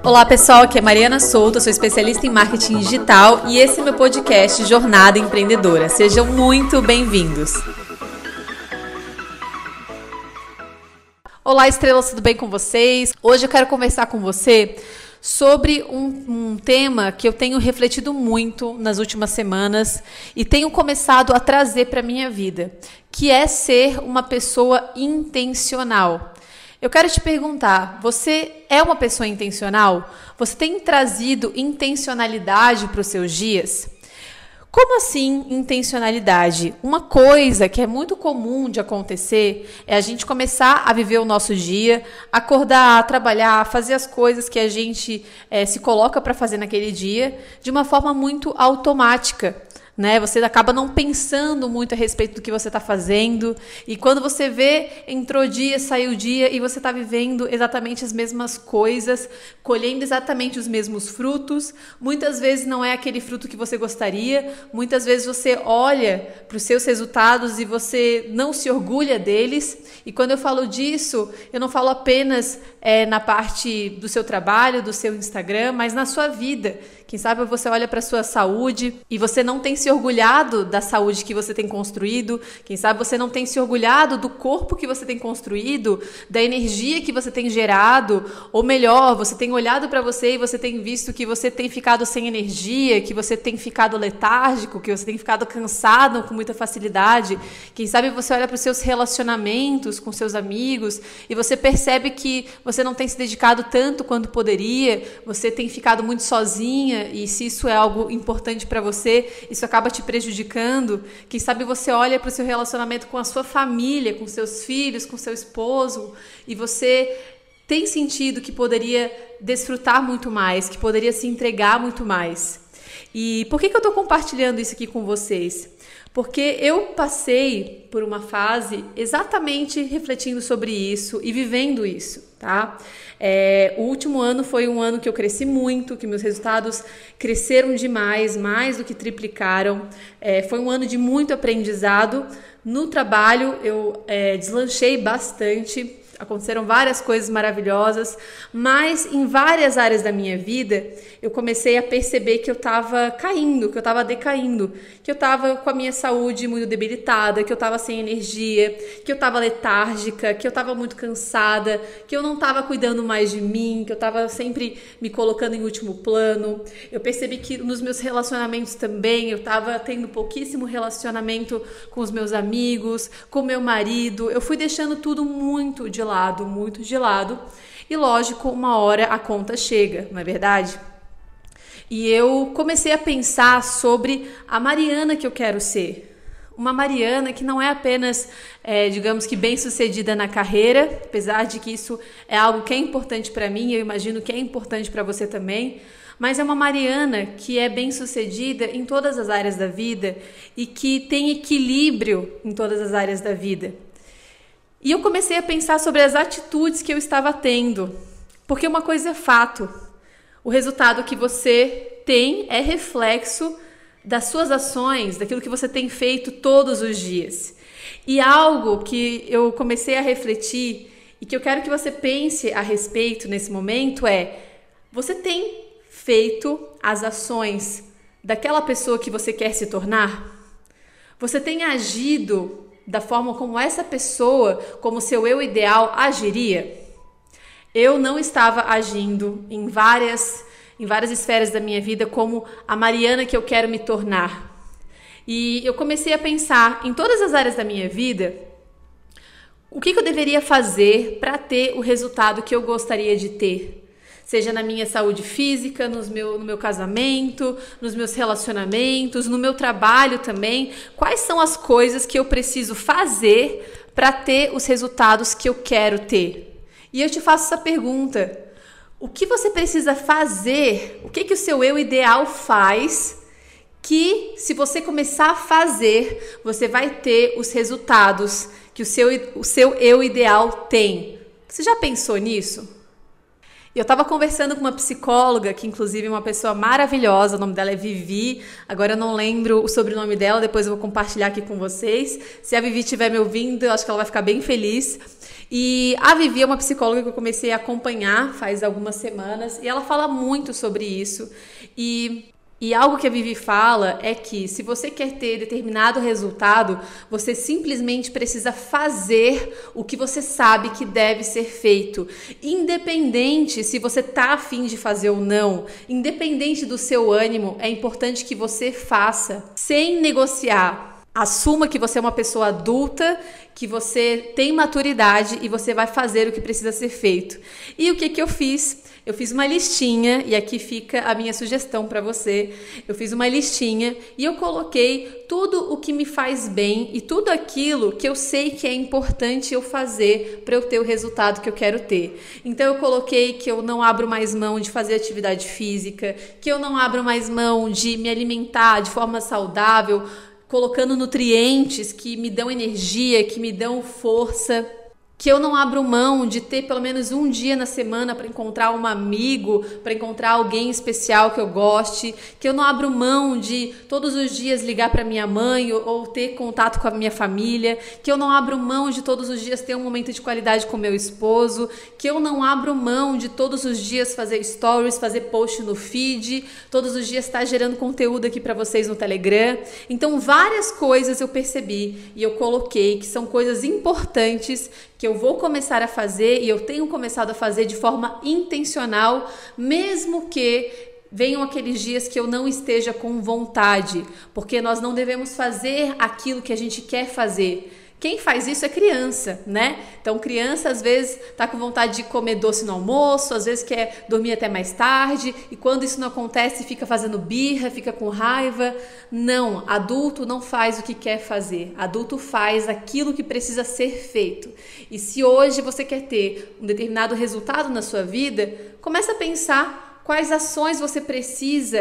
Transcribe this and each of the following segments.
Olá pessoal, aqui é Mariana Souto, sou especialista em marketing digital e esse é meu podcast Jornada Empreendedora. Sejam muito bem-vindos. Olá estrelas, tudo bem com vocês? Hoje eu quero conversar com você sobre um tema que eu tenho refletido muito nas últimas semanas e tenho começado a trazer para a minha vida, que é ser uma pessoa intencional. Eu quero te perguntar, você é uma pessoa intencional? Você tem trazido intencionalidade para os seus dias? Como assim intencionalidade? Uma coisa que é muito comum de acontecer é a gente começar a viver o nosso dia, acordar, trabalhar, fazer as coisas que a gente se coloca para fazer naquele dia de uma forma muito automática. Né? Você acaba não pensando muito a respeito do que você está fazendo e quando você vê, entrou o dia, saiu o dia e você está vivendo exatamente as mesmas coisas, colhendo exatamente os mesmos frutos. Muitas vezes não é aquele fruto que você gostaria, muitas vezes você olha para os seus resultados e você não se orgulha deles. E quando eu falo disso, eu não falo apenas na parte do seu trabalho, do seu Instagram, mas na sua vida. Quem sabe você olha para a sua saúde e você não tem se orgulhado da saúde que você tem construído. Quem sabe você não tem se orgulhado do corpo que você tem construído, da energia que você tem gerado. Ou melhor, você tem olhado para você e você tem visto que você tem ficado sem energia, que você tem ficado letárgico, que você tem ficado cansado com muita facilidade. Quem sabe você olha para os seus relacionamentos com seus amigos e você percebe que você não tem se dedicado tanto quanto poderia, você tem ficado muito sozinha. E se isso é algo importante para você, isso acaba te prejudicando. Quem sabe você olha para o seu relacionamento com a sua família, com seus filhos, com seu esposo, e você tem sentido que poderia desfrutar muito mais, que poderia se entregar muito mais. E por que eu estou compartilhando isso aqui com vocês? Porque eu passei por uma fase exatamente refletindo sobre isso e vivendo isso, tá? O último ano foi um ano que eu cresci muito, que meus resultados cresceram demais, mais do que triplicaram. Foi um ano de muito aprendizado. No trabalho eu deslanchei bastante. Aconteceram várias coisas maravilhosas, mas em várias áreas da minha vida eu comecei a perceber que eu estava caindo, que eu estava decaindo, que eu estava com a minha saúde muito debilitada, que eu estava sem energia, que eu estava letárgica, que eu estava muito cansada, que eu não estava cuidando mais de mim, que eu estava sempre me colocando em último plano. Eu percebi que nos meus relacionamentos também eu estava tendo pouquíssimo relacionamento com os meus amigos, com o meu marido. Eu fui deixando tudo muito de lado, e lógico, uma hora a conta chega, não é verdade? E eu comecei a pensar sobre a Mariana que eu quero ser, uma Mariana que não é apenas, digamos que bem-sucedida na carreira, apesar de que isso é algo que é importante para mim, eu imagino que é importante para você também, mas é uma Mariana que é bem-sucedida em todas as áreas da vida e que tem equilíbrio em todas as áreas da vida. E eu comecei a pensar sobre as atitudes que eu estava tendo, porque uma coisa é fato, o resultado que você tem é reflexo das suas ações, daquilo que você tem feito todos os dias. E algo que eu comecei a refletir e que eu quero que você pense a respeito nesse momento é: você tem feito as ações daquela pessoa que você quer se tornar? Você tem agido da forma como essa pessoa, como seu eu ideal, agiria? Eu não estava agindo em várias esferas da minha vida como a Mariana que eu quero me tornar. E eu comecei a pensar em todas as áreas da minha vida, o que eu deveria fazer para ter o resultado que eu gostaria de ter. Seja na minha saúde física, no meu casamento, nos meus relacionamentos, no meu trabalho também. Quais são as coisas que eu preciso fazer para ter os resultados que eu quero ter? E eu te faço essa pergunta: o que você precisa fazer? O que o seu eu ideal faz que, se você começar a fazer, você vai ter os resultados que o seu eu ideal tem? Você já pensou nisso? Eu estava conversando com uma psicóloga, que inclusive é uma pessoa maravilhosa, o nome dela é Vivi, agora eu não lembro o sobrenome dela, depois eu vou compartilhar aqui com vocês. Se a Vivi estiver me ouvindo, eu acho que ela vai ficar bem feliz. E a Vivi é uma psicóloga que eu comecei a acompanhar faz algumas semanas e ela fala muito sobre isso. E algo que a Vivi fala é que se você quer ter determinado resultado, você simplesmente precisa fazer o que você sabe que deve ser feito. Independente se você tá afim de fazer ou não, independente do seu ânimo, é importante que você faça sem negociar. Assuma que você é uma pessoa adulta, que você tem maturidade e você vai fazer o que precisa ser feito. E o que eu fiz? Eu fiz uma listinha, e aqui fica a minha sugestão para você. Eu fiz uma listinha e eu coloquei tudo o que me faz bem e tudo aquilo que eu sei que é importante eu fazer para eu ter o resultado que eu quero ter. Então eu coloquei que eu não abro mais mão de fazer atividade física, que eu não abro mais mão de me alimentar de forma saudável, colocando nutrientes que me dão energia, que me dão força. Que eu não abro mão de ter pelo menos um dia na semana para encontrar um amigo, para encontrar alguém especial que eu goste, que eu não abro mão de todos os dias ligar para minha mãe ou ter contato com a minha família, que eu não abro mão de todos os dias ter um momento de qualidade com meu esposo, que eu não abro mão de todos os dias fazer stories, fazer post no feed, todos os dias estar gerando conteúdo aqui para vocês no Telegram. Então várias coisas eu percebi e eu coloquei que são coisas importantes que eu vou começar a fazer e eu tenho começado a fazer de forma intencional, mesmo que venham aqueles dias que eu não esteja com vontade, porque nós não devemos fazer aquilo que a gente quer fazer. Quem faz isso é criança, né? Então, criança às vezes tá com vontade de comer doce no almoço, às vezes quer dormir até mais tarde, e quando isso não acontece, fica fazendo birra, fica com raiva. Não, adulto não faz o que quer fazer. Adulto faz aquilo que precisa ser feito. E se hoje você quer ter um determinado resultado na sua vida, começa a pensar quais ações você precisa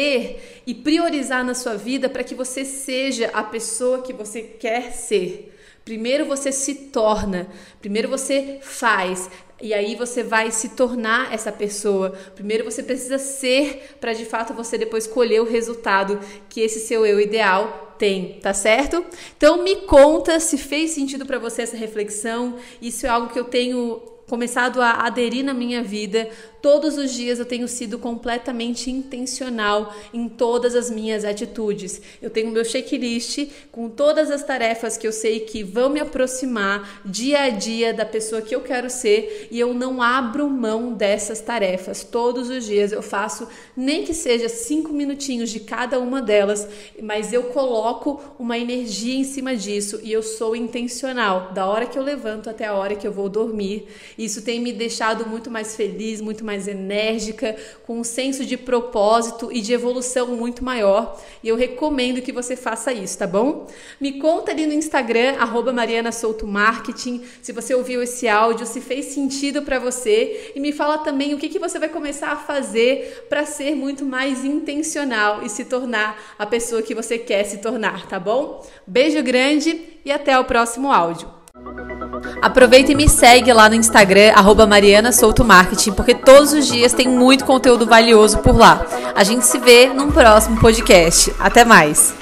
ter e priorizar na sua vida para que você seja a pessoa que você quer ser. Primeiro você se torna, primeiro você faz, e aí você vai se tornar essa pessoa. Primeiro você precisa ser para de fato você depois colher o resultado que esse seu eu ideal tem, tá certo? Então me conta se fez sentido para você essa reflexão. Isso é algo que eu tenho começado a aderir na minha vida. Todos os dias eu tenho sido completamente intencional em todas as minhas atitudes. Eu tenho meu checklist com todas as tarefas que eu sei que vão me aproximar dia a dia da pessoa que eu quero ser, e eu não abro mão dessas tarefas. Todos os dias eu faço, nem que seja 5 minutinhos de cada uma delas, mas eu coloco uma energia em cima disso e eu sou intencional, da hora que eu levanto até a hora que eu vou dormir. Isso tem me deixado muito mais feliz, muito mais enérgica, com um senso de propósito e de evolução muito maior. E eu recomendo que você faça isso, tá bom? Me conta ali no Instagram, @marianasoutomarketing, se você ouviu esse áudio, se fez sentido para você, e me fala também o que você vai começar a fazer para ser muito mais intencional e se tornar a pessoa que você quer se tornar, tá bom? Beijo grande e até o próximo áudio. Aproveita e me segue lá no Instagram, @marianasoutomarketing, porque todos os dias tem muito conteúdo valioso por lá. A gente se vê num próximo podcast. Até mais!